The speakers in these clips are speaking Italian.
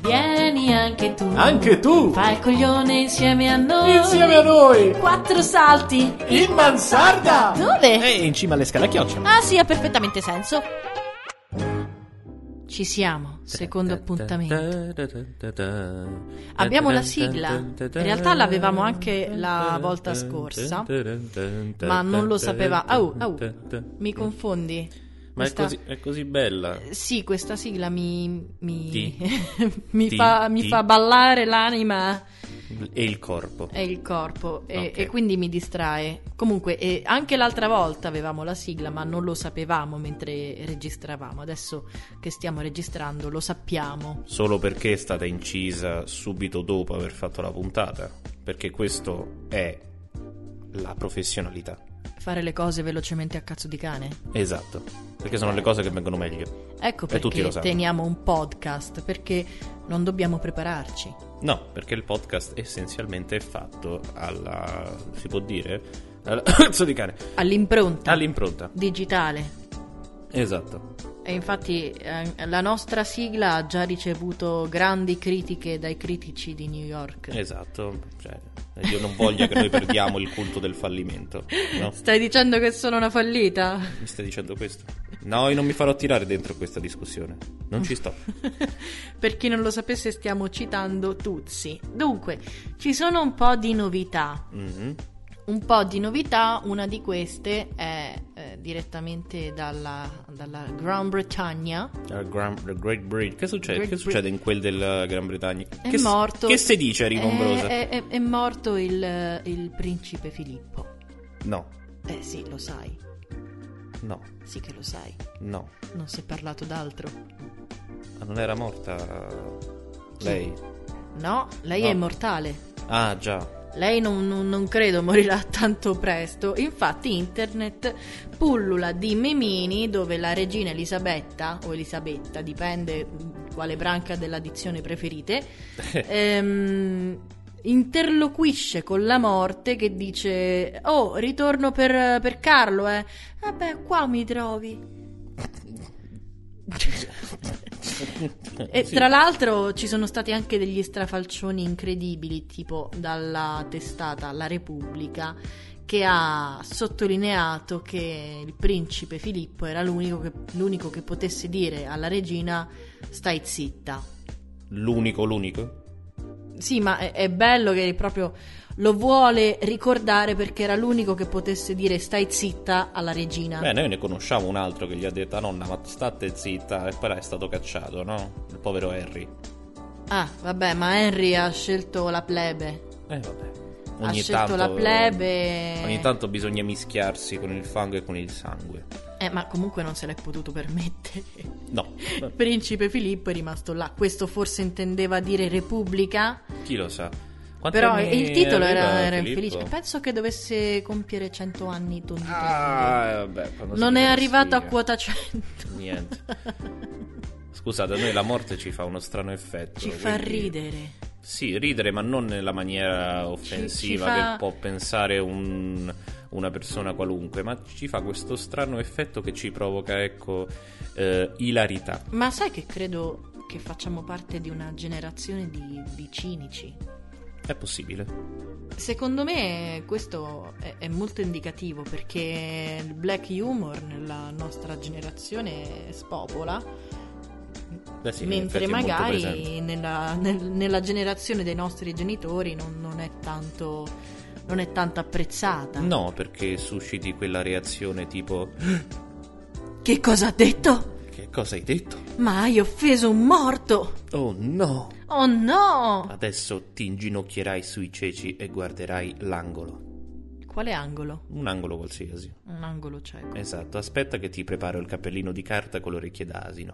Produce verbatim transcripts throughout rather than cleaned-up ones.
Vieni anche tu. Anche tu. Fai il coglione insieme a noi. Insieme a noi. Quattro salti. In mansarda. Dove? E in cima alle scale a chioccia. Ah sì, ha perfettamente senso. Ci siamo, secondo appuntamento. Abbiamo la sigla. In realtà l'avevamo anche la volta scorsa, ma non lo sapeva. Au, au, mi confondi. Ma Questa... è, così, è così bella. Sì, questa sigla mi mi, Ti. mi, Ti. fa, mi Ti. fa ballare l'anima E il corpo. e il corpo e, Ok. e quindi mi distrae. Comunque eh, anche l'altra volta avevamo la sigla, ma non lo sapevamo mentre registravamo. Adesso che stiamo registrando lo sappiamo. Solo perché è stata incisa subito dopo aver fatto la puntata. Perché questo è la professionalità. Fare le cose velocemente a cazzo di cane. Esatto. Perché sono le cose che vengono meglio. Ecco E tutti lo perché sanno. teniamo un podcast, perché non dobbiamo prepararci. No, perché il podcast essenzialmente è fatto alla... si può dire? Alla... cazzo di cane. All'impronta All'impronta. digitale. Esatto. E infatti eh, la nostra sigla ha già ricevuto grandi critiche dai critici di New York. Esatto. Cioè, io non voglio che noi perdiamo il culto del fallimento, no? Stai dicendo che sono una fallita? Mi stai dicendo questo? No, io non mi farò tirare dentro questa discussione. Non ci sto. Per chi non lo sapesse, stiamo citando Tuzzi. Dunque, ci sono un po' di novità. Mhm. Un po' di novità, una di queste è eh, direttamente dalla, dalla Gran Bretagna. La Gran- la Great Britain. Che succede? Great che Brit- succede in quel della Gran Bretagna? È che, s- morto. Che si dice, Rigombrosa? È, è- è morto il, il principe Filippo. No, Eh sì, lo sai. no, Sì che lo sai. no. Non si è parlato d'altro. Ma non era morta lei? No, lei No. è immortale. Ah, già. Lei non, non- non credo morirà tanto presto. Infatti internet pullula di memini dove la regina Elisabetta o Elisabetta, dipende quale branca della dizione preferite, ehm, interloquisce con la morte che dice: oh, ritorno per, per Carlo, eh. Vabbè, qua mi trovi. E Sì. tra l'altro ci sono stati anche degli strafalcioni incredibili, tipo dalla testata La Repubblica, che ha sottolineato che il principe Filippo era l'unico che, l'unico che potesse dire alla regina: stai zitta. L'unico, l'unico? Sì, ma è, è bello che proprio lo vuole ricordare, perché era l'unico che potesse dire stai zitta alla regina. Beh, noi ne conosciamo un altro che gli ha detto: nonna, ma state zitta. E poi è stato cacciato, no? Il povero Harry. Ah, vabbè, ma Henry ha scelto la plebe. Eh, vabbè. Ha Ogni scelto tanto, la plebe. Ogni tanto bisogna mischiarsi con il fango e con il sangue. Eh, ma comunque non se l'è potuto permettere. No. Il principe Filippo è rimasto là. Questo forse intendeva dire Repubblica. Chi lo sa. Quanti Però anni il titolo era, aveva era Filippo? infelice. Penso che dovesse compiere cento anni tondi tondi. Ah, vabbè, quando si Non è fa arrivato a fastidio. quota cento. Niente. Scusate, a noi la morte ci fa uno strano effetto. Ci fa quindi- ridere. Sì, ridere, ma non nella maniera offensiva ci fa- che può pensare un- una persona qualunque, ma ci fa questo strano effetto che ci provoca, ecco, eh, ilarità. Ma sai che credo che facciamo parte di una generazione di, di cinici? È possibile. Secondo me questo è, è molto indicativo, perché il black humor nella nostra generazione spopola. Beh, sì, in Mentre effetti è molto presente. magari nella, nel- nella generazione dei nostri genitori non, non è tanto non è tanto apprezzata. No, perché susciti quella reazione tipo: Che cosa ha detto? che cosa hai detto? Ma hai offeso un morto! Oh no! Oh no! Adesso ti inginocchierai sui ceci e guarderai l'angolo. Quale angolo? Un angolo qualsiasi. Un angolo cieco. Esatto, aspetta che ti preparo il cappellino di carta con le orecchie da asino.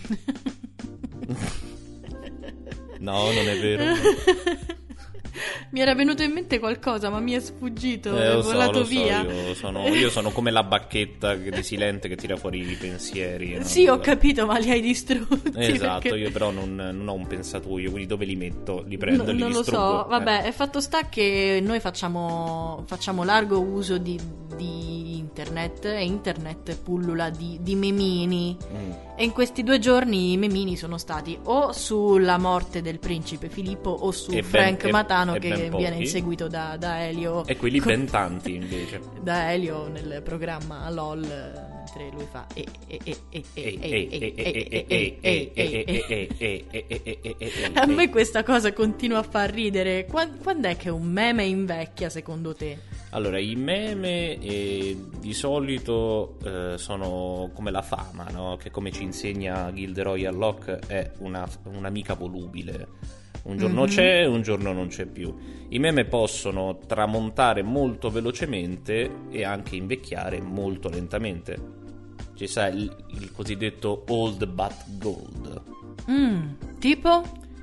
No, non è vero. Mi era venuto in mente qualcosa, ma mi è sfuggito, Eh, è lo so, volato lo so, via. io sono, io sono come la bacchetta che- di Silente che tira fuori i pensieri. No? Sì, ho capito, ma li hai distrutti. Esatto, perché- io però non, non ho un pensatoio, quindi dove li metto? Li prendo No, e li non lo distruggo. so, vabbè, Eh. è fatto sta che noi facciamo, facciamo largo uso di, di internet e internet pullula di, di memini. Mm. E in questi due giorni i memini sono stati o sulla morte del principe Filippo o su E ben- Frank e- Matano e che ben viene pochi. inseguito da, da Elio. E quelli con- ben tanti invece. Da Elio nel programma LOL, mentre lui fa e e e e e e e e e e e e e. A me questa cosa continua a far ridere. Quan- Quando è che un meme invecchia secondo te? Allora, i meme eh, di solito eh, sono come la fama, no? Che come ci insegna Gilderoy Locke è una, un'amica volubile. Un giorno Mhm. c'è, un giorno non c'è più. I meme possono tramontare molto velocemente e anche invecchiare molto lentamente. Ci sa il, il cosiddetto old but gold. Mm, tipo?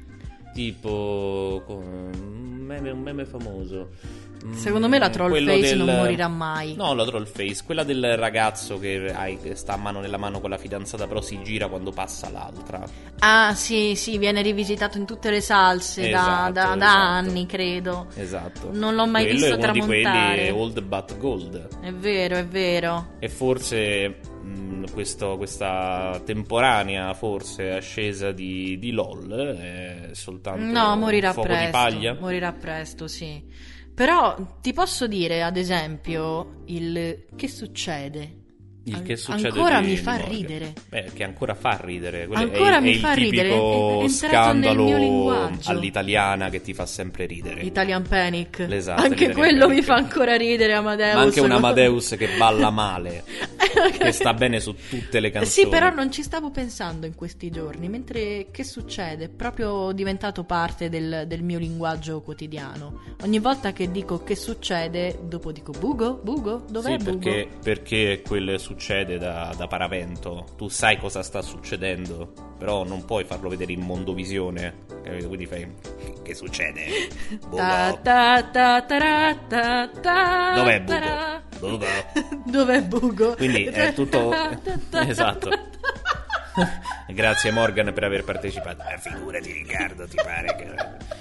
Tipo un meme, un meme famoso. Mm, Secondo me la troll quello face del- non morirà mai. No, la troll face, quella del ragazzo che hai- che sta a mano nella mano con la fidanzata, però si gira quando passa l'altra. Ah, sì, sì, viene rivisitato in tutte le salse da- Esatto, da, da esatto. anni, credo. Esatto. Non l'ho mai Quello visto è uno di tramontare. quelli old but gold. È vero, è vero. E forse mh, questo- questa temporanea forse ascesa di, di LOL è soltanto No, morirà un fuoco presto. di paglia. Morirà presto, sì. Però ti posso dire, ad esempio, il che succede? Il An- che succede ancora di- mi di fa Morgan. ridere. Beh, che ancora fa ridere. Quello Ancora è, mi è fa il ridere, è- è tipico entrato nel mio scandalo linguaggio. all'italiana che ti fa sempre ridere. Italian Panic. Esatto, Anche l'Italian quello Panic. mi fa ancora ridere, Amadeus. Ma anche un Amadeus che balla male, Ok. che sta bene su tutte le canzoni. Sì, però non ci stavo pensando in questi giorni, mentre che succede? È proprio diventato parte del, del mio linguaggio quotidiano. Ogni volta che dico che succede, dopo dico bugo, bugo, dov'è Sì, bugo? perché, perché quel succede da, da paravento. Tu sai cosa sta succedendo, però non puoi farlo vedere in mondovisione, capito? Quindi fai che, che succede? Bugo. Ta ta ta ta ta ta. Dov'è Bugo? ta. Bugo. Dov'è bugo? Quindi è tutto Ta ta ta esatto. Grazie Morgan per aver partecipato. Eh, figurati Riccardo, ti pare che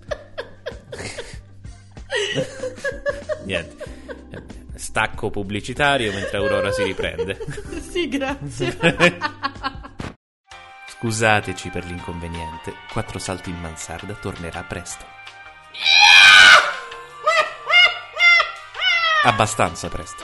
niente. Stacco pubblicitario mentre Aurora si riprende. Sì, grazie. Scusateci per l'inconveniente. Quattro salti in mansarda tornerà presto. Abbastanza presto.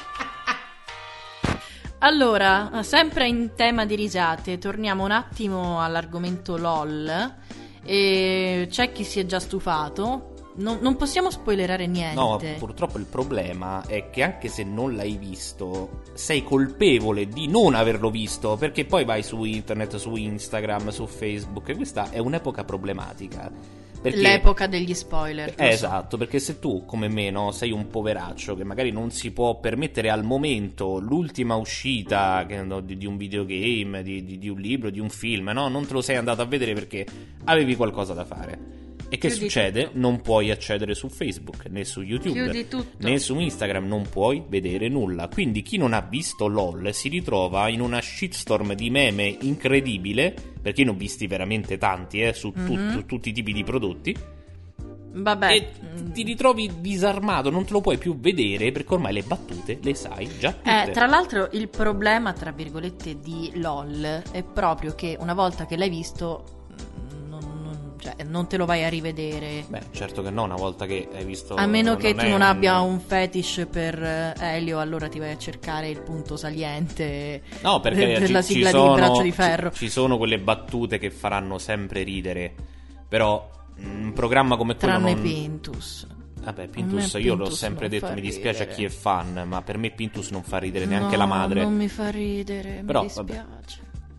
Allora, sempre in tema di risate, torniamo un attimo all'argomento LOL. E c'è chi si è già stufato. Non, non possiamo spoilerare niente. No, purtroppo il problema è che anche se non l'hai visto, sei colpevole di non averlo visto, perché poi vai su internet, su Instagram, su Facebook, e questa è un'epoca problematica. Perché... L'epoca degli spoiler. Eh, esatto, perché se tu, come me, no, sei un poveraccio che magari non si può permettere al momento l'ultima uscita che, no, di, di un videogame, di, di, di un libro, di un film, no? Non te lo sei andato a vedere perché avevi qualcosa da fare. E che Chiudi succede? tutto. Non puoi accedere su Facebook, né su YouTube, Chiudi tutto. né su Instagram, non puoi vedere nulla. Quindi chi non ha visto LOL si ritrova in una shitstorm di meme incredibile, perché ne ho visti veramente tanti, eh, su tu- Mhm. tu- tutti i tipi di prodotti. Vabbè. E ti ritrovi disarmato, non te lo puoi più vedere perché ormai le battute le sai già tutte. Eh, tra l'altro il problema, tra virgolette, di LOL è proprio che una volta che l'hai visto mm, non, non- cioè, non te lo vai a rivedere. Beh, certo che no, una volta che hai visto... A meno che tu è non un- abbia un fetish per eh, Elio, allora ti vai a cercare il punto saliente No, perché de- ci- della ci sigla sono- di Braccio di Ferro. Ci, ci sono quelle battute che faranno sempre ridere, però un programma come quello Tranne non... Pintus. Vabbè, A Pintus me io l'ho Pintus sempre non detto, fa mi dispiace a ridere. chi è fan, ma per me Pintus non fa ridere neanche No, la madre. non mi fa ridere, Però, mi vabbè. dispiace.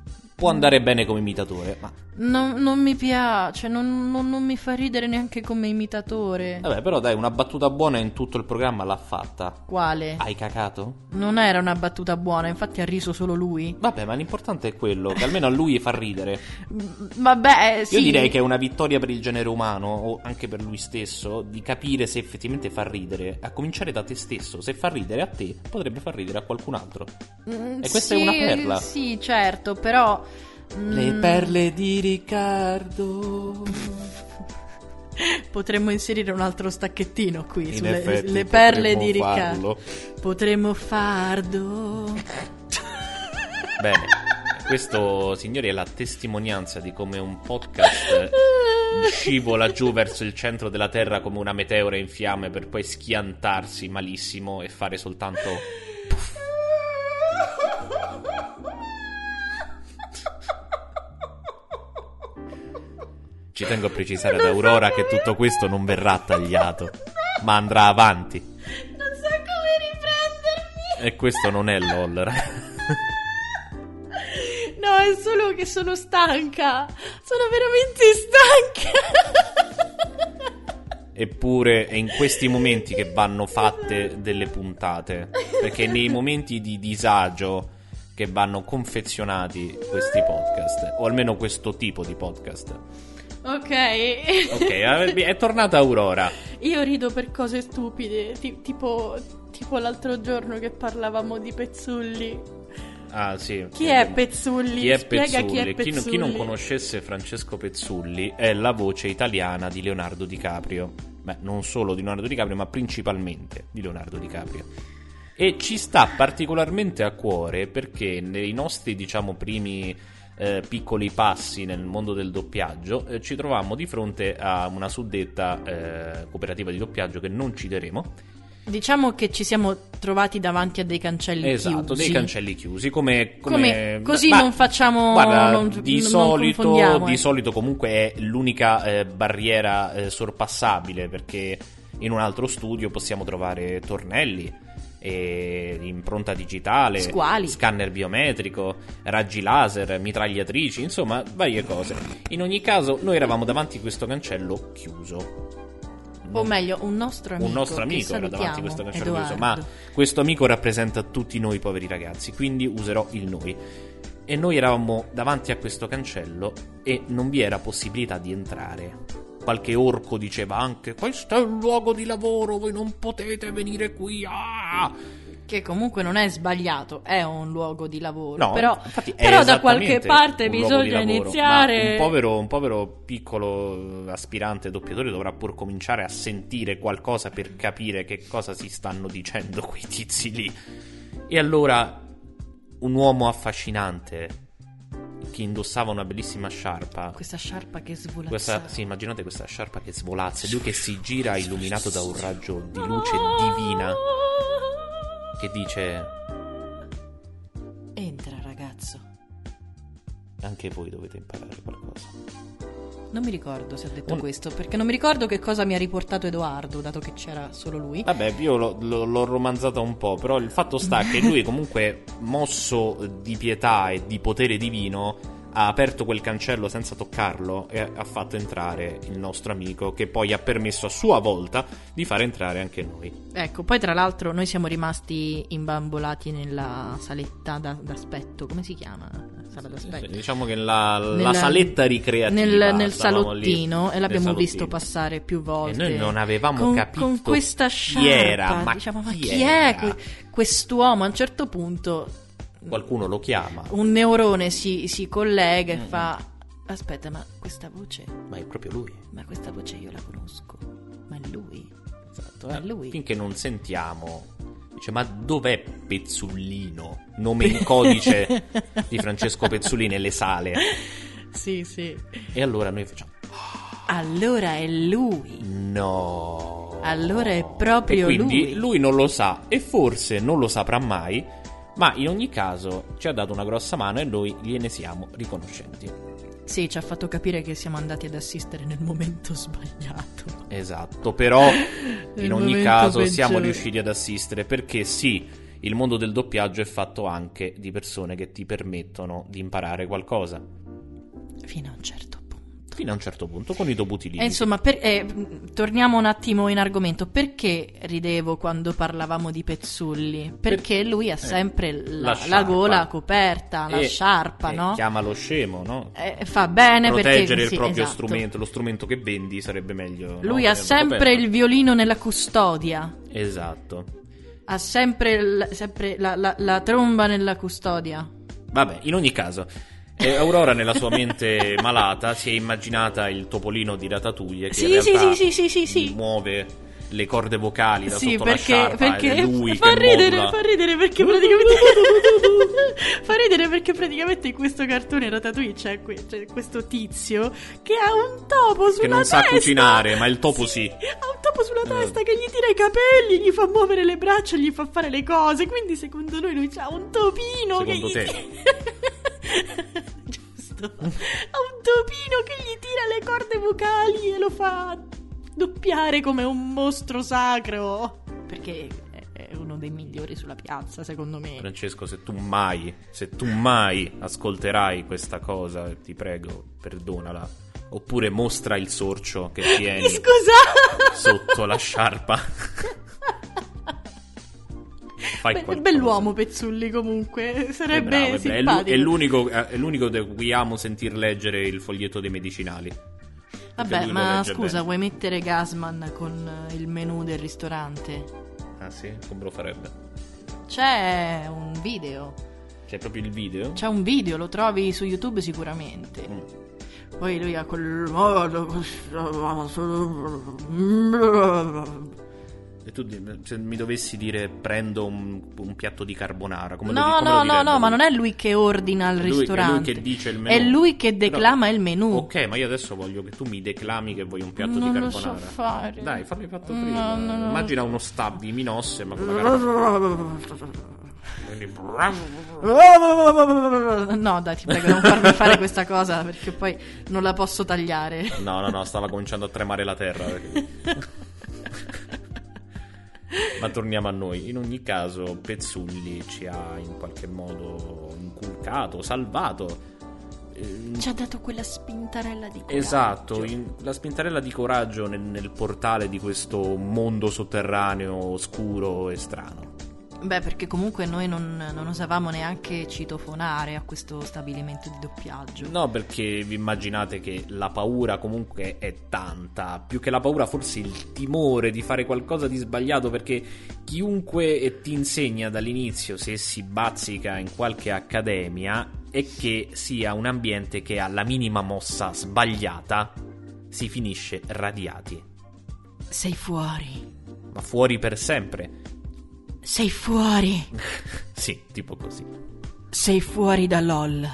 può andare bene come imitatore, ma... Non, non mi piace, non, non, non mi fa ridere neanche come imitatore. Vabbè, però dai, una battuta buona in tutto il programma l'ha fatta. Quale? Hai cacato? Non era una battuta buona, infatti ha riso solo lui. Vabbè, ma l'importante è quello, che almeno a lui fa ridere. Vabbè, sì. Io direi che è una vittoria per il genere umano, o anche per lui stesso, di capire se effettivamente fa ridere, a cominciare da te stesso. Se fa ridere a te, potrebbe far ridere a qualcun altro. Mm, e questa sì, è una perla. Sì, certo, però... Le perle di Riccardo. Potremmo inserire un altro stacchettino qui In sulle effetti, le perle di farlo. Riccardo. Potremmo fardo. Bene, questo, signori, è la testimonianza di come un podcast scivola giù verso il centro della terra come una meteora in fiamme per poi schiantarsi malissimo e fare soltanto puff. Ci tengo a precisare ad Aurora che tutto questo non verrà tagliato, ma andrà avanti. Non so come riprendermi. E questo non è LOL. No, è solo che sono stanca. Sono veramente stanca. Eppure è in questi momenti che vanno fatte delle puntate, perché è nei momenti di disagio che vanno confezionati questi podcast, o almeno questo tipo di podcast. Ok. Ok, è tornata Aurora. Io rido per cose stupide, ti- tipo, tipo l'altro giorno che parlavamo di Pezzulli. Ah, sì. Chi è Pezzulli? Chi è Spiega Pezzulli? chi è Chi, Pezzulli. chi non conoscesse Francesco Pezzulli è la voce italiana di Leonardo DiCaprio. Beh, non solo di Leonardo DiCaprio, ma principalmente di Leonardo DiCaprio. E ci sta particolarmente a cuore perché nei nostri, diciamo, primi eh, piccoli passi nel mondo del doppiaggio eh, ci trovammo di fronte a una suddetta eh, cooperativa di doppiaggio che non citeremo. Diciamo che ci siamo trovati davanti a dei cancelli Esatto, chiusi. dei cancelli chiusi, come, come... Come- così Ma, non facciamo- guarda, non- di non solito, confondiamo, di eh. solito comunque è l'unica eh, barriera eh, sorpassabile, perché in un altro studio possiamo trovare tornelli, e impronta digitale, Squali. scanner biometrico, raggi laser, mitragliatrici, insomma varie cose. In ogni caso noi eravamo davanti a questo cancello chiuso. O meglio, un nostro amico. Un nostro che amico era davanti a salutiamo, questo cancello chiuso, Edoardo. ma questo amico rappresenta tutti noi poveri ragazzi, quindi userò il noi. E noi eravamo davanti a questo cancello e non vi era possibilità di entrare. Qualche orco diceva anche: questo è un luogo di lavoro, voi non potete venire qui. Ah! Che comunque non è sbagliato, è un luogo di lavoro. No, però infatti è però da esattamente qualche parte un luogo bisogna di lavoro, iniziare. ma un povero, un povero piccolo aspirante doppiatore dovrà pur cominciare a sentire qualcosa per capire che cosa si stanno dicendo quei tizi lì. E allora un uomo affascinante che indossava una bellissima sciarpa. Questa sciarpa che svolazza. Questa, sì, immaginate questa sciarpa che svolazza, lui che si gira illuminato da un raggio di luce divina, che dice: entra, ragazzo. anche voi dovete imparare qualcosa. Non mi ricordo se ha detto Un... questo, perché non mi ricordo che cosa mi ha riportato Edoardo, dato che c'era solo lui. Vabbè, io l'ho, l'ho, l'ho romanzata un po', però il fatto sta che lui comunque, mosso di pietà e di potere divino, ha aperto quel cancello senza toccarlo e ha fatto entrare il nostro amico, che poi ha permesso a sua volta di far entrare anche noi. Ecco, poi tra l'altro noi siamo rimasti imbambolati nella saletta da, d'aspetto, come si chiama? Sala d'aspetto. Sì, diciamo che la, la Nella- saletta ricreativa, Nel, nel stavamo lì, salottino, e nel l'abbiamo salottino. visto passare più volte. E noi non avevamo con, capito con questa chi sciarpa, era, ma diciamo, ma chi chi era? è que- quest'uomo? A un certo punto Qualcuno lo chiama, un neurone si, si collega e fa: aspetta, ma questa voce, ma è proprio lui. ma questa voce io la conosco, ma è lui. Esatto, Ma eh. è lui. Finché non sentiamo, dice: ma dov'è Pezzullino? Nome in codice di Francesco Pezzulli nelle sale. Sì, sì. E allora noi facciamo: Allora è lui. no. Allora è proprio e quindi lui. lui non lo sa, e forse non lo saprà mai, ma in ogni caso ci ha dato una grossa mano e noi gliene siamo riconoscenti. Sì, ci ha fatto capire che siamo andati ad assistere nel momento sbagliato. Esatto, però Nel in ogni momento caso peggiore. siamo riusciti ad assistere, perché sì, il mondo del doppiaggio è fatto anche di persone che ti permettono di imparare qualcosa. Fino a un certo punto. Fino a un certo punto, con i dovuti limiti. E insomma, per, eh, torniamo un attimo in argomento. Perché ridevo quando parlavamo di Pezzulli? Perché Per- lui ha eh, sempre la, la la sciarpa. gola coperta, la E- sciarpa, e no? chiamalo scemo, no? Eh, fa bene Proteggere perché il sì, proprio esatto. strumento, lo strumento che vendi sarebbe meglio. Lui no? ha Tenerlo sempre coperto. il violino nella custodia. Esatto. Ha sempre, il- sempre la, la- la tromba nella custodia. Vabbè, in ogni caso, eh, Aurora nella sua mente malata si è immaginata il topolino di Ratatouille che Sì, in realtà sì, sì, sì, sì, sì. muove le corde vocali da Sì, sotto perché, la sciarpa perché ed è lui fa che ridere, modula. fa ridere perché praticamente fa ridere perché praticamente in questo cartone Ratatouille c'è, que- c'è questo tizio che ha un topo sulla Che non testa. sa cucinare, ma il topo sì. Ha un topo sulla Eh. testa che gli tira i capelli, gli fa muovere le braccia, gli fa fare le cose. Quindi secondo noi lui c'ha un topino Secondo che te? gli giusto. Ha un topino che gli tira le corde vocali e lo fa doppiare come un mostro sacro. Perché è- è uno dei migliori sulla piazza, secondo me. Francesco, se tu mai, se tu mai ascolterai questa cosa, ti prego, perdonala. Oppure mostra il sorcio che tieni Scusa. sotto la sciarpa. Fai Be- qualcosa. bell'uomo Pezzulli comunque. È Sarebbe bravo, è bravo. È l'u- simpatico. È l'unico, è l'unico da cui amo sentir leggere il foglietto dei medicinali. Perché Vabbè, lui lo ma legge scusa, bene. vuoi mettere Gasman con eh, il menù del ristorante? Ah sì? Come lo farebbe? C'è un video. C'è proprio il video? C'è un video, lo trovi su YouTube sicuramente. Mm. Poi lui ha quel... E tu di- se mi dovessi dire prendo un, un piatto di carbonara, come lo, No, di- come no, lo no, direbbe no, ma lui? non è lui che ordina al Lui- è lui ristorante. che dice il menù. È lui che declama Però- il menù. Ok, ma io adesso voglio che tu mi declami che vuoi un piatto Non di lo carbonara. so fare. Dai, fammi fatto No, prima. no, no. Immagina uno stabbi minosse, ma con la carbonara. Quindi- No, dai, ti prego, non farmi fare questa cosa perché poi non la posso tagliare. No, no, no, stava cominciando a tremare la terra. perché- Ma torniamo a noi. In ogni caso, Pezzulli ci ha in qualche modo inculcato, salvato. ehm, Ci ha dato quella spintarella di coraggio. Esatto, in- la spintarella di coraggio nel, nel portale di questo mondo sotterraneo oscuro e strano. Beh, perché comunque noi non, non osavamo neanche citofonare a questo stabilimento di doppiaggio. No, perché vi immaginate che la paura comunque è tanta. Più che la paura, forse il timore di fare qualcosa di sbagliato, perché chiunque ti insegna dall'inizio, se si bazzica in qualche accademia, è che sia un ambiente che alla minima mossa sbagliata si finisce radiati. Sei fuori. Ma fuori per sempre. Sei fuori. Sì, tipo così. Sei fuori da LOL.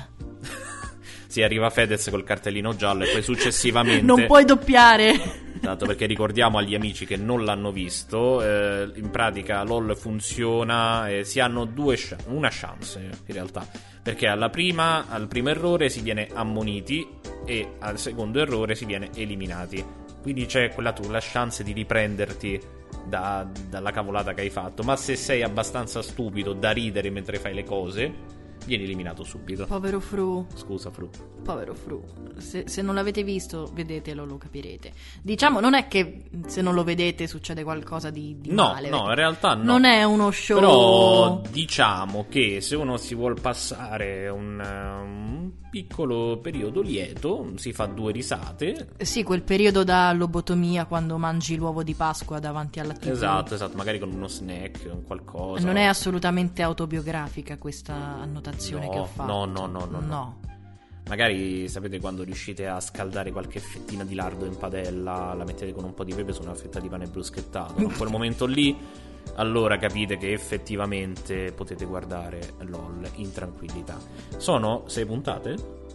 Si arriva Fedez col cartellino giallo e poi successivamente... Non puoi doppiare. Tanto perché ricordiamo agli amici che non l'hanno visto, eh, in pratica LOL funziona e si hanno due ch- una chance in realtà, perché alla prima, al primo errore si viene ammoniti e al secondo errore si viene eliminati. Quindi c'è quella tu la chance di riprenderti da- dalla cavolata che hai fatto, ma se sei abbastanza stupido da ridere mentre fai le cose, vieni eliminato subito. Povero Fru. Scusa Fru. Povero Fru. Se, se non l'avete visto, vedetelo, lo capirete. Diciamo, non è che se non lo vedete succede qualcosa di, di No, male. no, in realtà no. Non è uno show. Però diciamo che se uno si vuol passare un, un piccolo periodo lieto, si fa due risate. Sì, quel periodo da lobotomia quando mangi l'uovo di Pasqua davanti alla tivù. Esatto, esatto, magari con uno snack, un qualcosa. Non è assolutamente autobiografica questa annotazione No, che ho fatto. no, no, no, no, no. No. Magari sapete quando riuscite a scaldare qualche fettina di lardo in padella, la mettete con un po' di pepe su una fetta di pane bruschettato. In quel momento lì, allora capite che effettivamente potete guardare LOL in tranquillità. Sono sei puntate?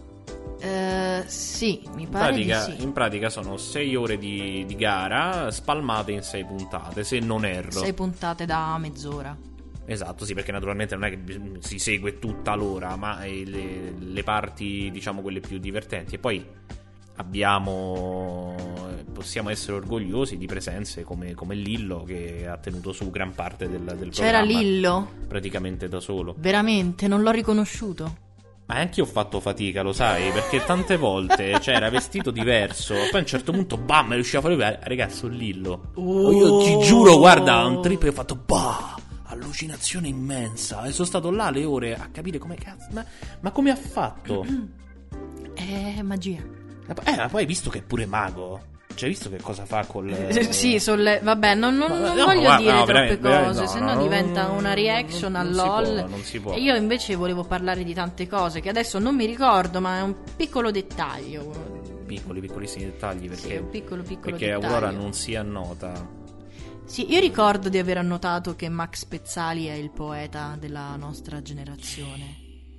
Eh, sì, mi In pare pratica, di sì. in pratica sono sei ore di, di gara spalmate in sei puntate, se non erro. Sei puntate da mezz'ora. Esatto, sì, perché naturalmente non è che bis- si segue tutta l'ora, ma eh, le, le parti, diciamo, quelle più divertenti. E poi abbiamo possiamo essere orgogliosi di presenze come, come Lillo, che ha tenuto su gran parte del, del C'era programma Lillo? praticamente da solo. Veramente, non l'ho riconosciuto. Ma anche io ho fatto fatica, lo sai, perché tante volte cioè, era vestito diverso, poi a un certo punto bam, riusciva a fare, ragazzi, sono Lillo. Oh. Io ti giuro, guarda, un trip e ho fatto bah, allucinazione immensa, e sono stato là le ore a capire come cazzo, ma, ma come ha fatto? Eh, magia. Eh, ma poi hai visto che è pure mago? Cioè, hai visto che cosa fa col... Eh, sì, solle... vabbè, non, non, non No, voglio ma- dire no, troppe veramente, veramente, cose, no, se no, no no, diventa non- una reaction non al si può, LOL. non si può. E io invece volevo parlare di tante cose che adesso non mi ricordo, ma è un piccolo dettaglio. Piccoli, piccolissimi dettagli, perché, Sì, è un piccolo, piccolo perché dettaglio. Aurora non si annota. Sì, io ricordo di aver annotato che Max Pezzali è il poeta della nostra generazione.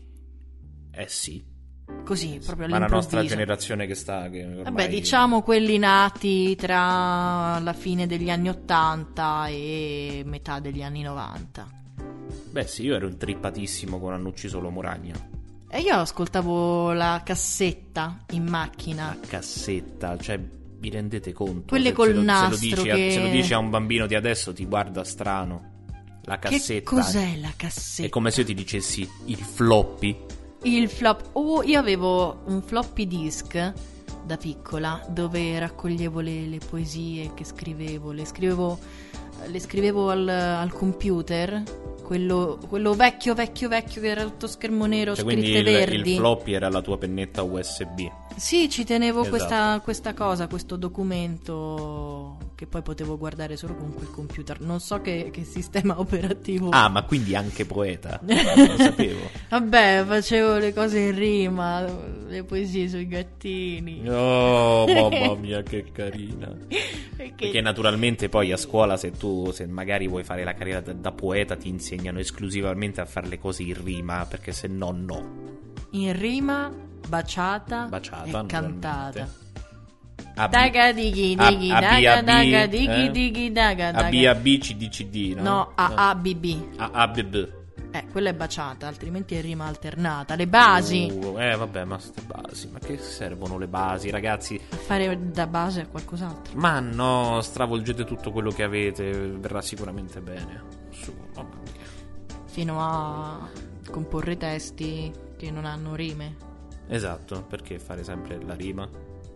Eh sì, Così, proprio ma la nostra all'improvviso. generazione che sta... Che ormai... Vabbè, diciamo quelli nati tra la fine degli anni ottanta e metà degli anni novanta. Beh sì, io ero intrippatissimo con Hanno ucciso l'uomo ragno. E io ascoltavo la cassetta in macchina. La cassetta, cioè vi rendete conto? Quelle Se- col se lo, nastro se lo dici, che- a, se lo dici a un bambino di adesso ti guarda strano. La cassetta. Che cos'è la cassetta? È come se io ti dicessi il floppy. Il flop. Oh, io avevo un floppy disk da piccola dove raccoglievo le, le poesie che scrivevo. Le scrivevo, le scrivevo al, al computer. Quello, quello vecchio, vecchio, vecchio che era tutto schermo nero, Cioè, quindi scritte il, verdi. il floppy era la tua pennetta U S B. Sì, ci tenevo Esatto. questa, questa cosa, questo documento che poi potevo guardare solo con quel computer. Non so che, che sistema operativo. Ah, ma quindi anche poeta. Non lo sapevo. Vabbè, facevo le cose in rima, le poesie sui gattini. Oh, mamma mia, che carina. Perché- Perché naturalmente poi a scuola, se tu se magari vuoi fare la carriera da, da poeta, ti insegnano esclusivamente a fare le cose in rima, perché se no no. In rima, baciata, Baciata, e naturalmente. cantata. A B- Daga dighi A- dighi A B daga A B, daga dighi eh? dighi daga A daga. B A B C D C D, no? No, A A B B. A A B B. Eh, quella è baciata, altrimenti è rima alternata. Le basi. Uh, eh vabbè, ma ste basi, ma che servono le basi, ragazzi? Fare da base a qualcos'altro. Ma no, stravolgete tutto quello che avete, verrà sicuramente bene. Su, mamma mia. Fino a comporre testi che non hanno rime. Esatto, perché fare sempre la rima?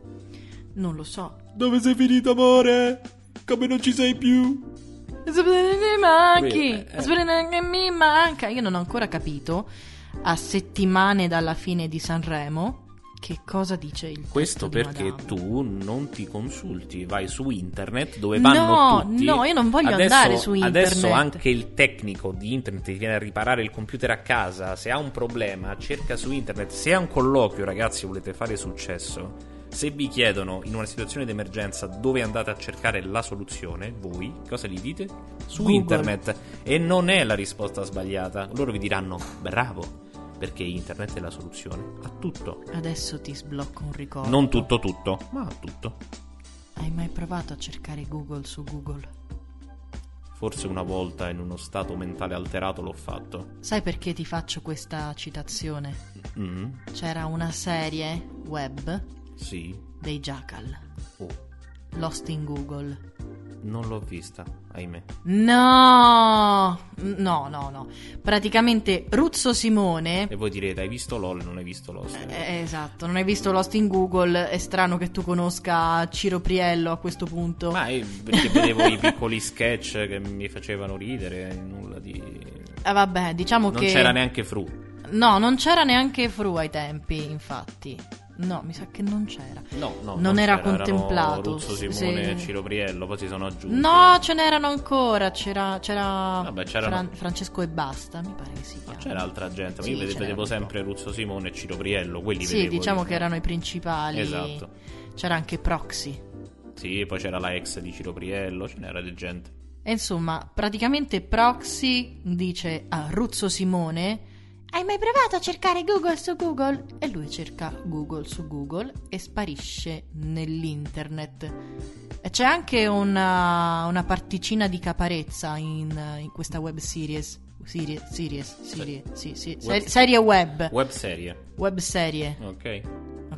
Non lo so. Dove sei finito, amore? Come non ci sei più? Mi manchi. Eh, eh. Aspetta che mi manca. Io non ho ancora capito, a settimane dalla fine di Sanremo, che cosa dice il testo Questo di perché Madame. tu non ti consulti, vai su internet dove vanno No, tutti. no, io non voglio Adesso- andare su Adesso internet. anche il tecnico di internet ti viene a riparare il computer a casa. Se ha un problema, cerca su internet. Se ha un colloquio, ragazzi, volete fare successo. Se vi chiedono in una situazione di emergenza dove andate a cercare la soluzione, voi cosa gli dite? Su Google. internet. E non è la risposta sbagliata. Loro vi diranno bravo, perché internet è la soluzione a tutto. Adesso ti sblocco un ricordo. Non tutto tutto, ma a tutto. Hai mai provato a cercare Google su Google? Forse una volta in uno stato mentale alterato l'ho fatto. Sai perché ti faccio questa citazione? Mm, C'era una serie web sì. dei Jackal, Oh, Lost in Google. non l'ho vista, ahimè. No, no, no, no. Praticamente Ruzzo Simone. E voi direte, hai visto LOL, non hai visto Lost? Eh, esatto, non hai visto Lost in Google. È strano che tu conosca Ciro Priello a questo punto. Ma eh, perché vedevo i piccoli sketch che mi facevano ridere, nulla di... Eh, vabbè, diciamo Non che c'era neanche Fru. no, non c'era neanche Fru ai tempi, infatti. No, mi sa che non c'era. No, no, Non era c'era, contemplato. erano Ruzzo Simone Sì. e Ciro Priello, poi si sono aggiunti. No, ce n'erano ancora. C'era, c'era Vabbè, c'erano- Fran- Francesco e Basta, mi pare che si Ma chiama. c'era altra gente, ma Sì, io vede- ce vedevo n'era un sempre Ruzzo Simone e Ciro Priello, quelli Sì, vedevo diciamo io. che erano i principali. Esatto. C'era anche Proxy. Sì, poi c'era la ex di Ciro Priello, ce n'era di gente. E insomma, praticamente Proxy dice a Ruzzo Simone: hai mai provato a cercare Google su Google? E lui cerca Google su Google e sparisce nell'internet. E c'è anche una, una particina di caparezza in, in questa web series. Serie, series, serie, sì, sì, Web- ser- serie web. Web serie, Web serie. ok? Ok.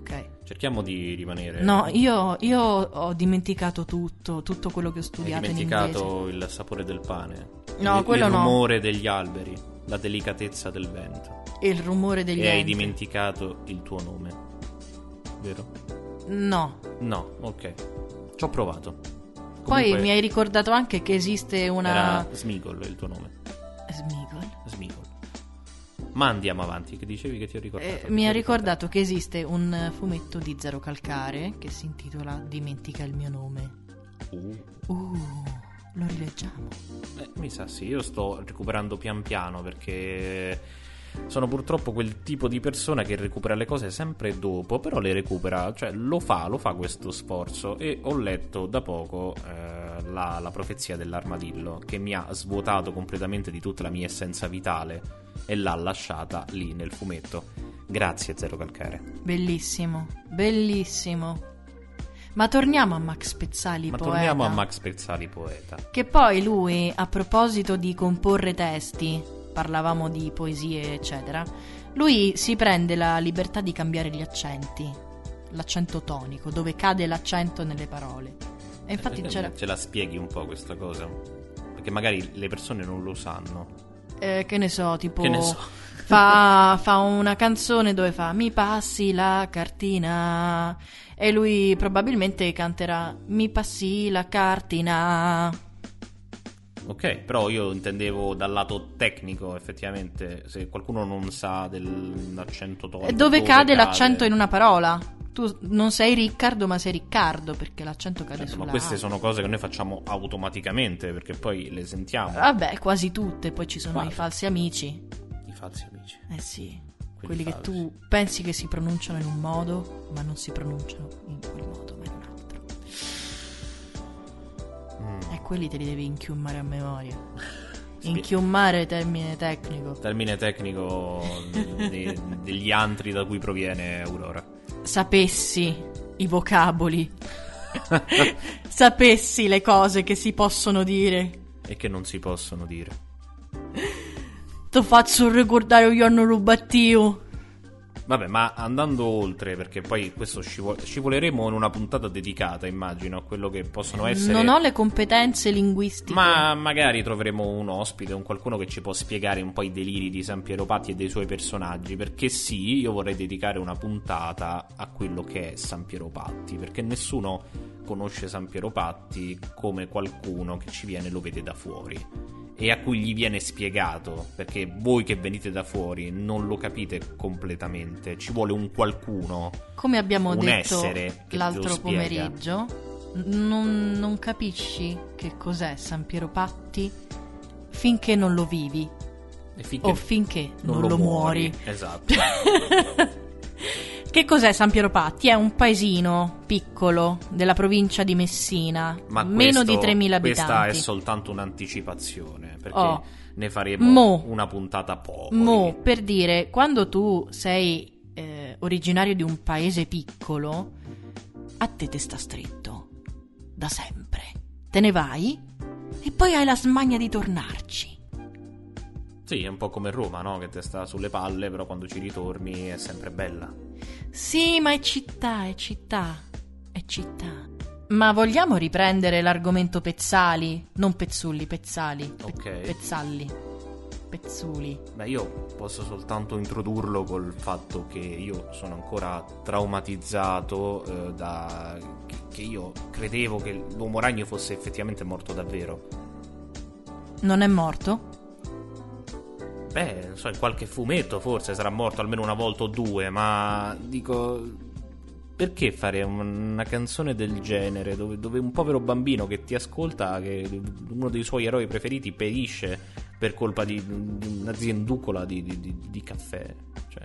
Cerchiamo di rimanere... No, io, io ho dimenticato tutto, tutto quello che ho studiato in inglese. Hai dimenticato il sapore del pane? No, il, quello il no. Il rumore degli alberi, la delicatezza del vento. E il rumore degli E hai enti. dimenticato il tuo nome, vero? No. No, ok. Ci ho provato. Poi Comunque, mi hai ricordato anche che esiste una... era Smigol il tuo nome. Smigol? Smigol. Ma andiamo avanti, che dicevi che ti ho ricordato. Eh, mi ha ricordato che esiste un fumetto di Zero Calcare che si intitola Dimentica il mio nome. Uh. Uh, lo rileggiamo. Eh, mi sa sì, io sto recuperando pian piano perché sono purtroppo quel tipo di persona che recupera le cose sempre dopo, però le recupera, cioè lo fa, lo fa questo sforzo. E ho letto da poco eh, la, la profezia dell'armadillo, che mi ha svuotato completamente di tutta la mia essenza vitale e l'ha lasciata lì nel fumetto. Grazie Zero Calcare. Bellissimo, bellissimo. Ma torniamo a Max Pezzali, Ma poeta. torniamo a Max Pezzali, poeta. Che poi lui, a proposito di comporre testi, parlavamo di poesie eccetera, lui si prende la libertà di cambiare gli accenti, l'accento tonico, dove cade l'accento nelle parole. E infatti eh, c'era... ce la spieghi un po' questa cosa? Perché magari le persone non lo sanno. Eh, che ne so, tipo... Che ne so. Fa, fa una canzone dove fa mi passi la cartina e lui probabilmente canterà mi passi la cartina. Ok, però io intendevo dal lato tecnico, effettivamente, se qualcuno non sa dell'accento tonico. E dove cade l'accento in una parola? Tu non sei Riccardo ma sei Riccardo, perché l'accento cade Certo, sulla ma queste A. sono cose che noi facciamo automaticamente, perché poi le sentiamo. Vabbè, quasi tutte, poi ci sono Quasi. i falsi amici. I falsi amici. Eh sì, Quelli quelli che falsi. tu pensi che si pronunciano in un modo, ma non si pronunciano in quel modo, ma in un altro. Mm. E quelli te li devi inchiummare a memoria. Spie- Inchiummare termine tecnico. Termine tecnico de- degli antri da cui proviene Aurora. Sapessi i vocaboli. Sapessi le cose che si possono dire. E che non si possono dire. Ti faccio ricordare un giorno rubatio. Vabbè, ma andando oltre, perché poi questo scivol- scivoleremo in una puntata dedicata, immagino, a quello che possono essere... Non ho le competenze linguistiche. Ma magari troveremo un ospite, un qualcuno che ci può spiegare un po' i deliri di San Piero Patti e dei suoi personaggi, perché sì, io vorrei dedicare una puntata a quello che è San Piero Patti, perché nessuno conosce San Piero Patti come qualcuno che ci viene e lo vede da fuori e a cui gli viene spiegato, perché voi che venite da fuori non lo capite completamente, ci vuole un qualcuno, come abbiamo un detto essere che l'altro te lo spiega. pomeriggio, non, non capisci che cos'è San Piero Patti finché non lo vivi E finché o finché non, lo muori. Esatto. Che cos'è San Piero Patti? È un paesino piccolo della provincia di Messina, Ma meno questo- di tremila questa abitanti. è soltanto un'anticipazione, perché Oh. ne faremo Mo. una puntata poco. Mo, per dire, quando tu sei eh, originario di un paese piccolo, a te te sta stretto, da sempre. Te ne vai e poi hai la smania di tornarci. Sì, è un po' come Roma, no? Che te sta sulle palle, però quando ci ritorni è sempre bella. Sì, ma è città, è città, è città. Ma vogliamo riprendere l'argomento Pezzali? Non Pezzulli, Pezzali. Pe- Ok. Pezzalli. Pezzuli. Beh, io posso soltanto introdurlo col fatto che io sono ancora traumatizzato eh, da... che, che io credevo che l'uomo ragno fosse effettivamente morto davvero. Non è morto? Beh, non so, in qualche fumetto forse sarà morto almeno una volta o due, ma dico, perché fare un- una canzone del genere dove, dove un povero bambino che ti ascolta, che uno dei suoi eroi preferiti perisce per colpa di, di un'azienducola di, di, di, di caffè? Cioè,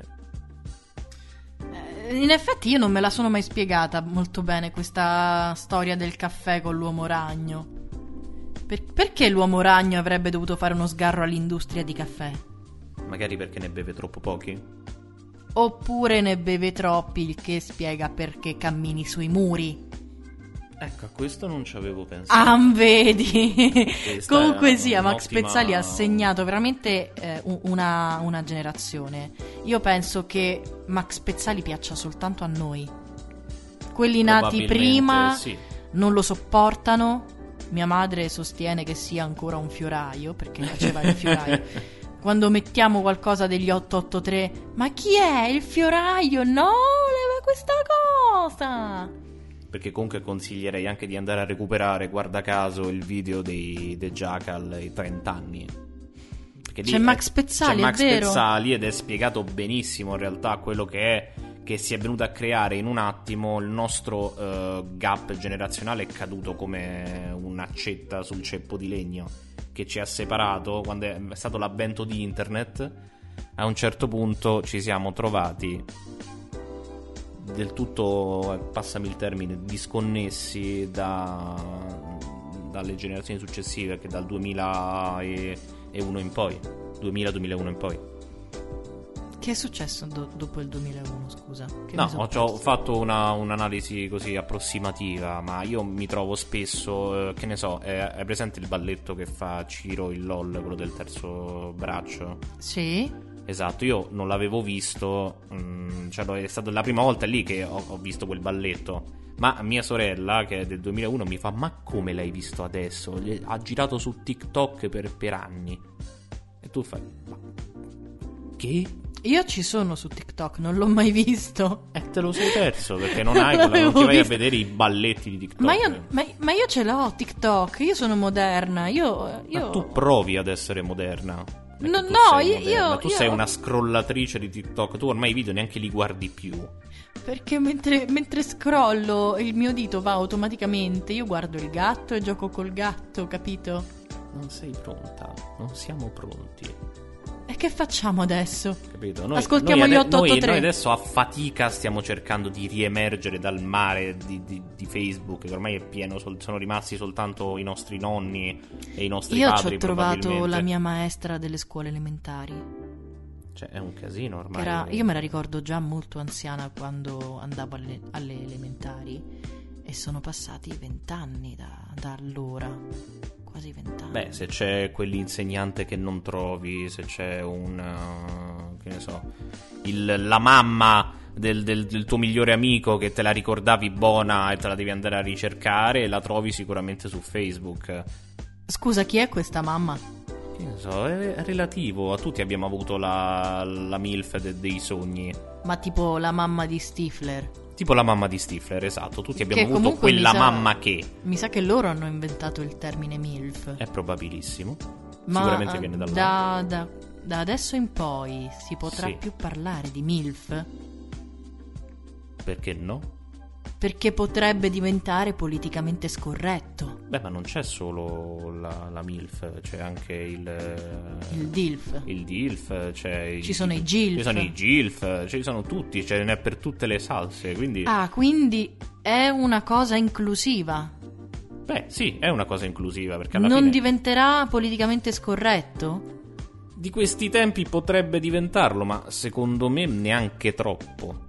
Eh, In effetti io non me la sono mai spiegata molto bene questa storia del caffè con l'uomo ragno. Per- perché l'uomo ragno avrebbe dovuto fare uno sgarro all'industria di caffè? magari perché ne beve troppo pochi? Oppure ne beve troppi, il che spiega perché cammini sui muri. Ecco, a questo non ci avevo pensato. Ah, vedi? Questa Comunque è sia, Max un'ottima- Pezzali ha segnato veramente eh, un- una, una generazione. Io penso che Max Pezzali piaccia soltanto a noi. quelli nati prima sì. non lo sopportano. Mia madre sostiene che sia ancora un fioraio, perché faceva il fioraio. Quando mettiamo qualcosa degli otto otto tre, ma chi è il fioraio? No, leva questa cosa. Perché comunque consiglierei anche di andare a recuperare, guarda caso, il video dei The Jackal ai trenta anni. Perché c'è Max Pezzali, c'è Max è vero? Pezzali ed è spiegato benissimo in realtà quello che è, che si è venuto a creare in un attimo. Il nostro uh, gap generazionale è caduto come un'accetta sul ceppo di legno che ci ha separato quando è stato l'avvento di internet. A un certo punto ci siamo trovati del tutto, passami il termine, disconnessi da, dalle generazioni successive, che dal duemilauno in poi, duemila duemilauno in poi. Che è successo do- dopo il duemilauno, scusa? Che No, ho, ho fatto una, un'analisi così approssimativa, ma io mi trovo spesso, eh, che ne so, è, è presente il balletto che fa Ciro il LOL, quello del terzo braccio? Sì. Esatto, io non l'avevo visto, mh, cioè è stata la prima volta lì che ho, ho visto quel balletto. Ma mia sorella, che è del duemilauno, mi fa: ma come l'hai visto adesso? Ha girato su TikTok per, per anni. E tu fai: ma che? Io ci sono su TikTok, non l'ho mai visto. E te lo sei perso perché non hai non, non ti vai visto. A vedere i balletti di TikTok. Ma io, ma, ma io ce l'ho TikTok, io sono moderna. Io, io... Ma tu provi ad essere moderna. No, no, io, io Ma tu io... sei una scrollatrice di TikTok. Tu ormai i video neanche li guardi più. Perché mentre, mentre scrollo il mio dito va automaticamente. Io guardo il gatto e gioco col gatto, capito? Non sei pronta, non siamo pronti. E che facciamo adesso? Capito? Noi, ascoltiamo noi gli otto otto tre. Noi, noi adesso a fatica stiamo cercando di riemergere dal mare di, di, di Facebook, che ormai è pieno, sol- sono rimasti soltanto i nostri nonni e i nostri Io padri. Io ci ho trovato la mia maestra delle scuole elementari. Cioè è un casino ormai. Era, io me la ricordo già molto anziana quando andavo alle, alle elementari, e sono passati vent'anni da, da allora. Quasi vent'anni. Beh, se c'è quell'insegnante che non trovi, se c'è un uh, che ne so, il, la mamma del, del, del tuo migliore amico che te la ricordavi buona e te la devi andare a ricercare, la trovi sicuramente su Facebook. Scusa, chi è questa mamma? Che ne so, è, è relativo. A tutti abbiamo avuto la, la MILF de, dei sogni. Ma tipo la mamma di Stifler? Tipo la mamma di Stifler, esatto. Tutti abbiamo che avuto quella sa, mamma che... Mi sa che loro hanno inventato il termine MILF. È probabilissimo. Ma sicuramente viene da là. Da, da, da adesso in poi si potrà sì. più parlare di MILF? Perché no? Perché potrebbe diventare politicamente scorretto. Beh, ma non c'è solo la, la MILF, c'è anche il... Il DILF. Il DILF, c'è... Ci i, sono i GILF. Ci sono i GILF, ci sono tutti, ce n'è per tutte le salse, quindi... Ah, quindi è una cosa inclusiva. Beh, sì, è una cosa inclusiva, perché alla non fine... diventerà politicamente scorretto? Di questi tempi potrebbe diventarlo, ma secondo me neanche troppo.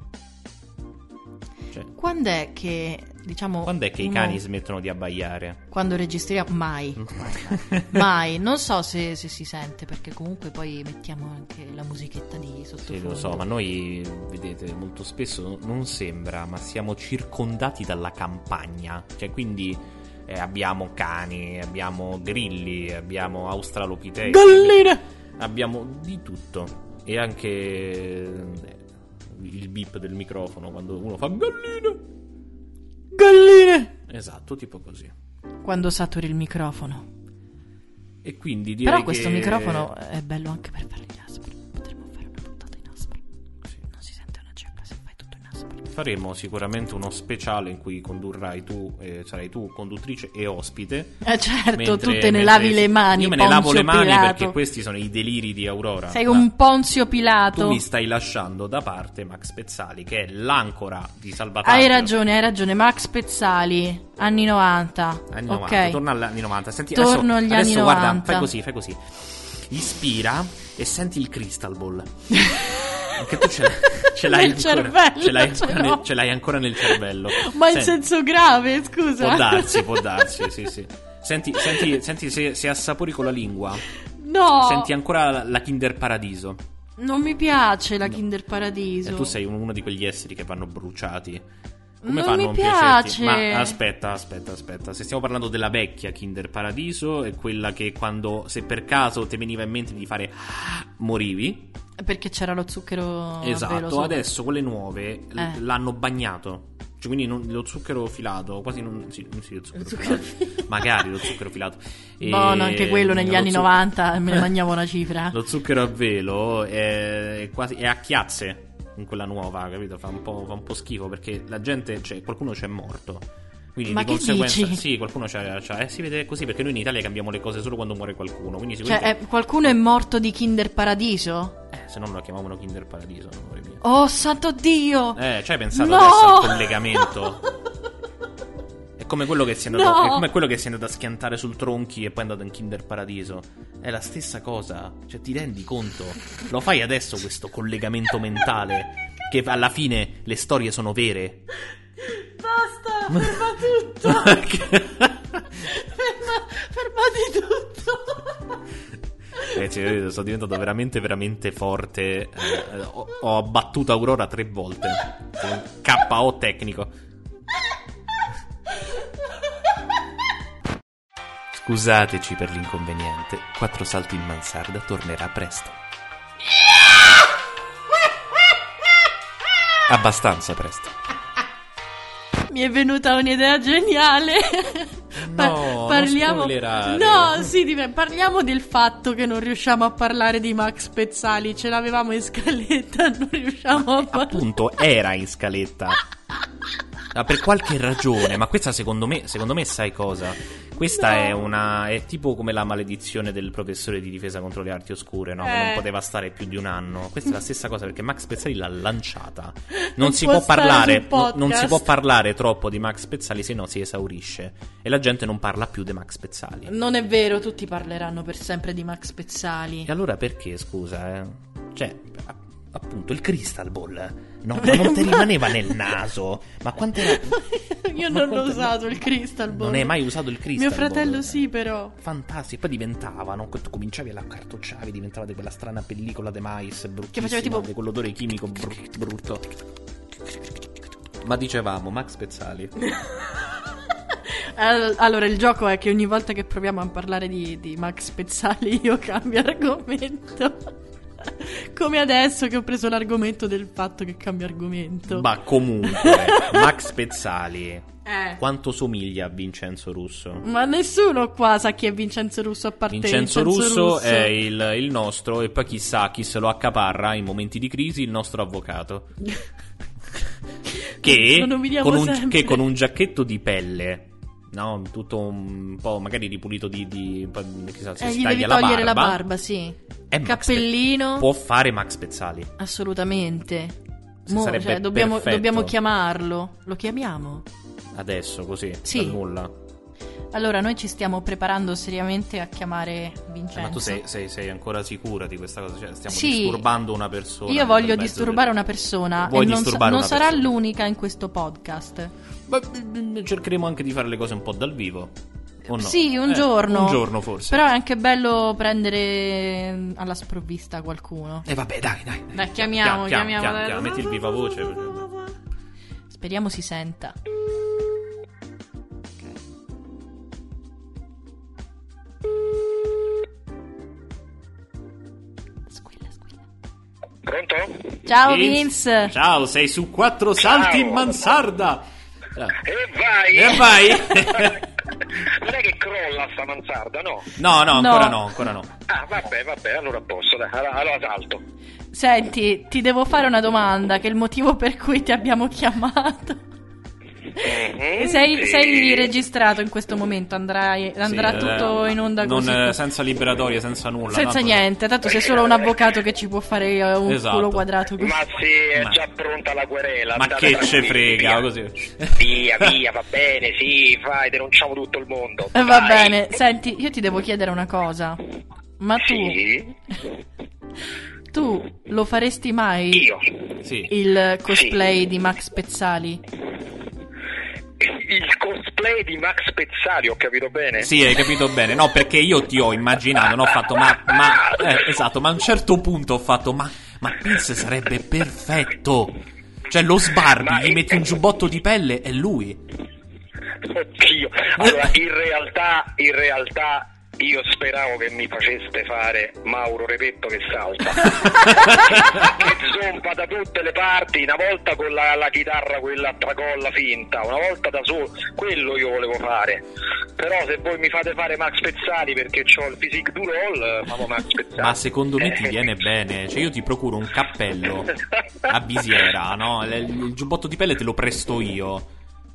Cioè, quando è che, diciamo... Quando è che uno... i cani smettono di abbaiare? Quando registriamo? Mai. Mai. Non so se, se si sente, perché comunque poi mettiamo anche la musichetta di sottofondo. Sì, lo so, ma noi, vedete, molto spesso non sembra, ma siamo circondati dalla campagna. Cioè, quindi... Eh, abbiamo cani, abbiamo grilli, abbiamo australopitechi, galline, abbiamo di tutto. E anche eh, il beep del microfono quando uno fa galline, galline, esatto, tipo così, quando saturi il microfono. E quindi direi però questo che... microfono è bello anche per fare gli aspri. Potremmo fare una puntata in aspro. Sì. Non si sente una ceppa se fai tutto in aspro. Faremo sicuramente uno speciale in cui condurrai tu, eh, sarai tu conduttrice e ospite. Eh certo, mentre, tu te ne lavi le mani. Io me ne lavo le mani Pilato. Perché questi sono i deliri di Aurora. Sei un Ponzio Pilato. Tu mi stai lasciando da parte Max Pezzali, che è l'ancora di salvataggio. Hai ragione, hai ragione. Max Pezzali, anni novanta. Anni novanta, okay. Torna agli anni novanta. Senti, Torno adesso, agli anni adesso guarda, novanta. fai così, fai così. Ispira e senti il crystal ball. Perché tu ce, ce l'hai nel ancora, cervello, ce l'hai, ce, ancora nel, ce l'hai ancora nel cervello. Ma in Senti, senso grave, scusa. Può darsi, può darsi, sì, sì. Senti, senti, senti se, se assapori con la lingua. No. Senti ancora la, la Kinder Paradiso. Non mi piace la No. Kinder Paradiso. E tu sei uno di quegli esseri che vanno bruciati. Come non fanno mi a non piace. piacerti? Ma aspetta, aspetta, aspetta. Se stiamo parlando della vecchia Kinder Paradiso, è quella che quando, se per caso ti veniva in mente di fare morivi. Perché c'era lo zucchero. Esatto, adesso quelle nuove eh. l'hanno bagnato. Cioè, quindi non, lo zucchero filato, quasi non. Sì, non sì, lo zucchero, zucchero filato. Magari lo zucchero filato. Buono, anche quello negli anni zuc- novanta me ne mangiavo una cifra. Lo zucchero a velo è, è quasi. È a chiazze in quella nuova, capito? Fa un po', fa un po' schifo perché la gente. Cioè, qualcuno c'è morto. Quindi Ma di che conseguenza, dici? sì, qualcuno c'ha, c'ha, eh, si vede così perché noi in Italia cambiamo le cose solo quando muore qualcuno. Quindi Cioè, sicuramente. eh, qualcuno è morto di Kinder Paradiso? Eh, se no non lo chiamavano Kinder Paradiso, amore mio. Oh, santo Dio! Eh, ci hai pensato No! adesso al collegamento? È come quello che si è andato, No! è come quello che si è andato a schiantare sul tronchi e poi è andato in Kinder Paradiso. È la stessa cosa. Cioè, ti rendi conto? Lo fai adesso questo collegamento mentale? Che alla fine le storie sono vere. Basta, ferma tutto. ferma, fermati tutto. Ragazzi, io sono diventato veramente, veramente forte. Eh, ho, ho abbattuto Aurora tre volte. K O tecnico. Scusateci per l'inconveniente. Quattro salti in mansarda tornerà presto. Abbastanza presto. Mi è venuta un'idea geniale. No, parliamo. non spoilerare. No, sì, div- parliamo del fatto che non riusciamo a parlare di Max Pezzali. Ce l'avevamo in scaletta, non riusciamo a parlare. Appunto, era in scaletta. Ma per qualche ragione, ma questa secondo me, secondo me sai cosa? Questa No. è una è tipo come la maledizione del professore di difesa contro le arti oscure, no? Eh. Che non poteva stare più di un anno. Questa è la stessa cosa perché Max Pezzali l'ha lanciata. Non, Non si può può stare parlare, sul no- podcast. non si può parlare troppo di Max Pezzali, se no si esaurisce e la gente non parla più di Max Pezzali. Non è vero, tutti parleranno per sempre di Max Pezzali. E allora perché, scusa, eh? Cioè, a- appunto il Crystal Ball. No, ma non ti rimaneva nel naso. Ma quanto era... Io ma non quanto- l'ho usato il Crystal Ball. Non hai mai usato il Crystal Mio fratello Ball? sì, però. Fantastico, poi diventavano, tu cominciavi a la cartocciavi, diventava di quella strana pellicola di mais bruttissima, Che faceva tipo- di quell'odore chimico br- brutto. Ma dicevamo, Max Pezzali. All- Allora, il gioco è che ogni volta che proviamo a parlare di, di Max Pezzali io cambio argomento. Come adesso che ho preso l'argomento del fatto che cambio argomento. Ma comunque, Max Pezzali, Eh. quanto somiglia a Vincenzo Russo? Ma nessuno qua sa chi è Vincenzo Russo a parte Vincenzo Russo è il, il nostro, e poi chissà chi se lo accaparra in momenti di crisi, il nostro avvocato. Che Lo nominiamo con, un, sempre. che con un giacchetto di pelle, no, tutto un po' magari ripulito di, di chissà, se Eh, si gli devi taglia togliere la barba, la barba, sì. è Max Cappellino. Pe- può fare Max Pezzali. Assolutamente. Mo, Sarebbe cioè, dobbiamo, perfetto. dobbiamo chiamarlo. Lo chiamiamo? Adesso così, Sì. dal nulla. Allora, noi ci stiamo preparando seriamente a chiamare Vincenzo. Eh, ma tu sei, sei, sei ancora sicura di questa cosa? Cioè, stiamo Sì. disturbando una persona. Io voglio nel mezzo disturbare del- una persona Vuoi e non, sa- disturbare non una sarà persona? l'unica in questo podcast. Ma, mm, cercheremo anche di fare le cose un po' dal vivo. O no? Sì, un Eh, giorno. Un giorno forse. Però è anche bello prendere mm, alla sprovvista qualcuno. E eh, vabbè, dai, dai. Dai, chiamiamo, Chiam- chiam- chiamiamo. chiam- dai. chiam- metti il viva voce. Speriamo si senta. Squilla, squilla. Pronto? Ciao Vince. Vince. Ciao, sei su quattro salti Ciao. in mansarda. Ah. E vai! E vai. Non è che crolla sta mansarda, no? No, no, No. ancora no, ancora no. Ah, vabbè, vabbè, allora a posto, dai, allora, allora salto. Senti, ti devo fare una domanda, che è il motivo per cui ti abbiamo chiamato. Mhm, Sei, sì. sei registrato in questo momento, andrai, andrà Sì, tutto eh, in onda non, così. eh, senza liberatoria, senza nulla. Senza tanto- niente, tanto sei solo un avvocato che ci può fare eh, un Esatto. culo quadrato così. Ma sì, è Ma- già pronta la querela. Ma state che ce tranquilli, frega, via. così. Via, via, va bene, sì, vai, denunciamo tutto il mondo. Eh, va Vai. bene, senti, io ti devo chiedere una cosa. Ma tu, Sì, tu lo faresti mai io. Sì. il cosplay di Max Pezzali? Il cosplay di Max Pezzali, ho capito bene? Sì, hai capito bene. No, perché io ti ho immaginato, no? Ho fatto, ma, ma eh, esatto, ma a un certo punto ho fatto, ma, ma Vince sarebbe perfetto. Cioè lo sbarbi, Ma gli in- metti un giubbotto di pelle, è lui. Oddio. Allora, in realtà, in realtà io speravo che mi faceste fare Mauro Repetto che salta, che zompa da tutte le parti, una volta con la, la chitarra quella a tracolla finta, una volta da solo, quello io volevo fare. Però se voi mi fate fare Max Pezzali perché ho il physique du roll, famo Max Pezzali. Ma secondo me ti viene bene. Cioè io ti procuro un cappello a visiera, no? Il, il giubbotto di pelle te lo presto io.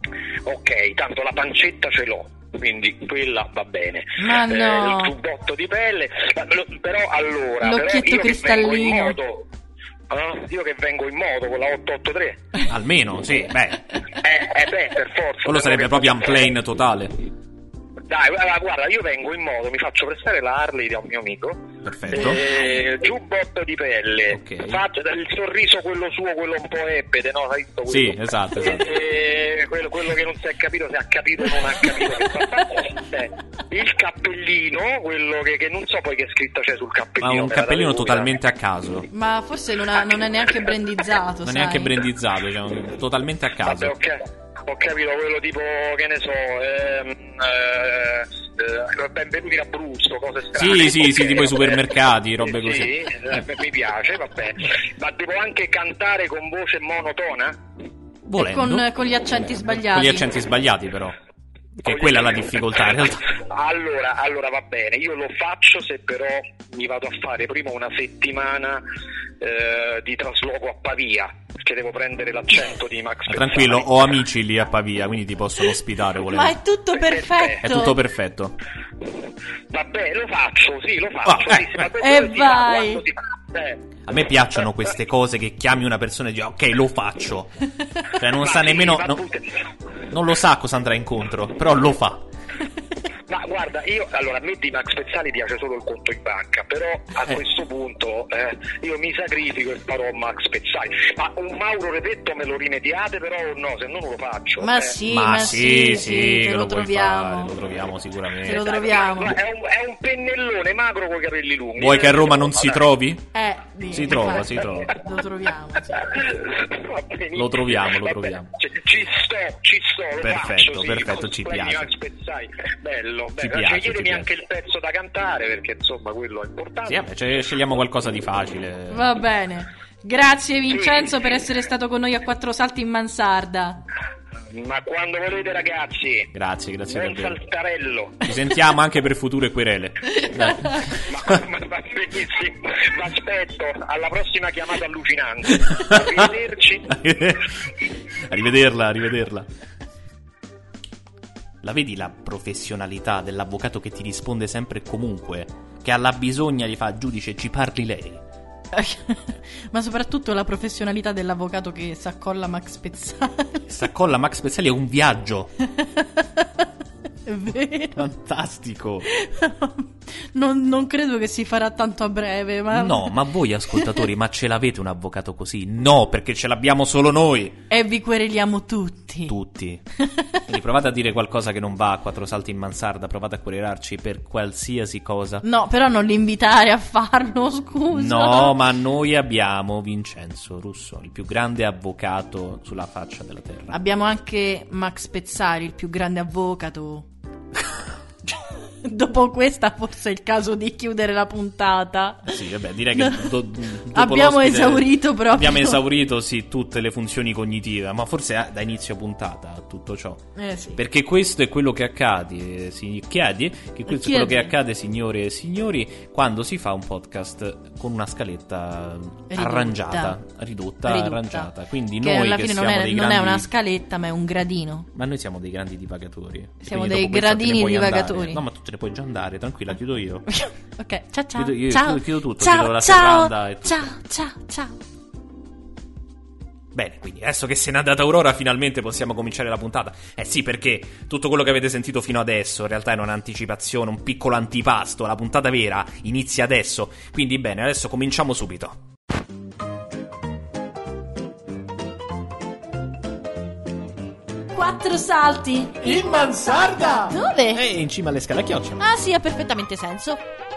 Ok, tanto la pancetta ce l'ho, quindi quella va bene. Ma no. Eh, il giubbotto di pelle, ma lo- però allora, L'occhietto però io che vengo in cristallino. moto, eh, io che vengo in moto con la ottocentoottantatré, Almeno, sì, beh. eh, eh beh, per forza. Quello sarebbe che- proprio unplane totale. Dai, guarda, guarda, io vengo in moto, mi faccio prestare la Harley da un mio amico. Perfetto. Eh, giubbotto di pelle, Ok. faccio il sorriso quello suo, quello un po' ebete, no? Sai, quello- Sì, esatto, esatto. Eh, quello, quello che non si è capito, se ha capito o non ha capito. Eh, il cappellino, quello che, che non so poi che scritta c'è sul Ma cappellino. un me la cappellino date voi, totalmente a caso. Ma forse non, ha- non è neanche brandizzato, Non è sai? neanche brandizzato, cioè, un- totalmente a Vabbè, caso. ok, ho capito quello tipo, che ne so, ehm, eh, eh, benvenuti a Bruzzo, cose strane. Sì, sì, Ok, sì, tipo i vabbè. supermercati, robe Sì, così. eh, mi piace, vabbè. Ma devo anche cantare con voce monotona? Volendo. con- con gli accenti sbagliati. Con gli accenti sbagliati, però. Che Con è gli- quella la difficoltà, in realtà. Allora, allora va bene, io lo faccio se però mi vado a fare prima una settimana eh, di trasloco a Pavia, perché devo prendere l'accento di Max Pezzali. Tranquillo, ho amici lì a Pavia, quindi ti possono ospitare volendo. Ma è tutto perfetto. È tutto perfetto. Vabbè, lo faccio, sì, lo faccio. Ah, sì, eh, sì, ma eh. questo E si fa vai. quando si fa, eh. A me piacciono queste cose che chiami una persona e dici ok, lo faccio. Cioè non Ma sa sì, nemmeno ma no- tutte- non lo sa cosa andrà incontro, però lo fa. Ma guarda, io allora a me di Max Pezzali piace solo il conto in banca, però a Eh. questo punto eh, io mi sacrifico e farò Max Pezzali. Ma un Mauro Repetto me lo rimediate però o no? Se no non lo faccio. Ma eh. sì, Ma ma sì, sì, sì, te che lo lo puoi troviamo. fare, lo troviamo sicuramente. Te lo Dai, troviamo. ma È un, è un pennellone magro con i capelli lunghi. Vuoi che a Roma non Dai. si trovi? Eh, di- Si trova, infatti, si trova. Lo troviamo, sì. Va benissimo. Lo troviamo, lo Vabbè, troviamo. Ci, ci sto, ci sto. Lo Perfetto, faccio, sì, perfetto, ci cosplay di piace. Max Pezzali. Bello, Ci bello. piace, Sceglietemi ci anche il pezzo da cantare perché insomma quello è importante. Sì, vabbè, cioè, scegliamo qualcosa di facile. Va bene. Grazie Vincenzo per essere stato con noi a quattro salti in mansarda. Ma quando volete ragazzi, Grazie, grazie buon davvero. saltarello. Ci sentiamo anche per future querele. Dai. ma, ma va benissimo, vi aspetto alla prossima chiamata allucinante. Arrivederci. Arrivederla, arrivederla. La vedi la professionalità dell'avvocato che ti risponde sempre e comunque? Che alla bisogna gli fa giudice, ci parli lei. Ma soprattutto la professionalità dell'avvocato che s'accolla Max Pezzali. S'accolla Max Pezzali è un viaggio. È vero. Fantastico. Non, non credo che si farà tanto a breve, ma... No, ma voi ascoltatori, ma ce l'avete un avvocato così? No, perché ce l'abbiamo solo noi. E vi quereliamo tutti. Tutti. Quindi provate a dire qualcosa che non va a quattro salti in mansarda, provate a querelarci per qualsiasi cosa. No, però non li invitare a farlo, scusa. No, ma noi abbiamo Vincenzo Russo, il più grande avvocato sulla faccia della terra. Abbiamo anche Max Pezzali, il più grande avvocato. Dopo questa forse è il caso di chiudere la puntata. Sì, vabbè, direi che do- dopo Abbiamo l'ospite- esaurito proprio. Abbiamo esaurito, sì, tutte le funzioni cognitive, ma forse a- da inizio puntata tutto ciò. Eh sì. Perché questo è quello che accade, si chiede che questo è quello che Chiedi. accade, signore e signori, quando si fa un podcast con una scaletta Ridotta. arrangiata, ridotta, Ridotta. arrangiata. Quindi Che noi alla che fine siamo non è, dei non grandi è una scaletta, ma è un gradino. Ma noi siamo dei grandi divagatori. Siamo Quindi dei dopo questo te ne gradini puoi divagatori. andare. No, ma tu te ne puoi già andare, tranquilla, chiudo io. Ok, ciao ciao. Chiudo io, ciao. chiudo- chiudo tutto, ciao, chiudo la ciao, serranda e tutto. ciao, ciao, ciao. Bene, quindi adesso che se n'è andata Aurora finalmente possiamo cominciare la puntata. Eh sì, perché tutto quello che avete sentito fino adesso in realtà è un'anticipazione, un piccolo antipasto. La puntata vera inizia adesso. Quindi bene, adesso cominciamo subito. Quattro salti. In mansarda! Dove? E in cima alle scale a chioccia. Ah sì, ha perfettamente senso.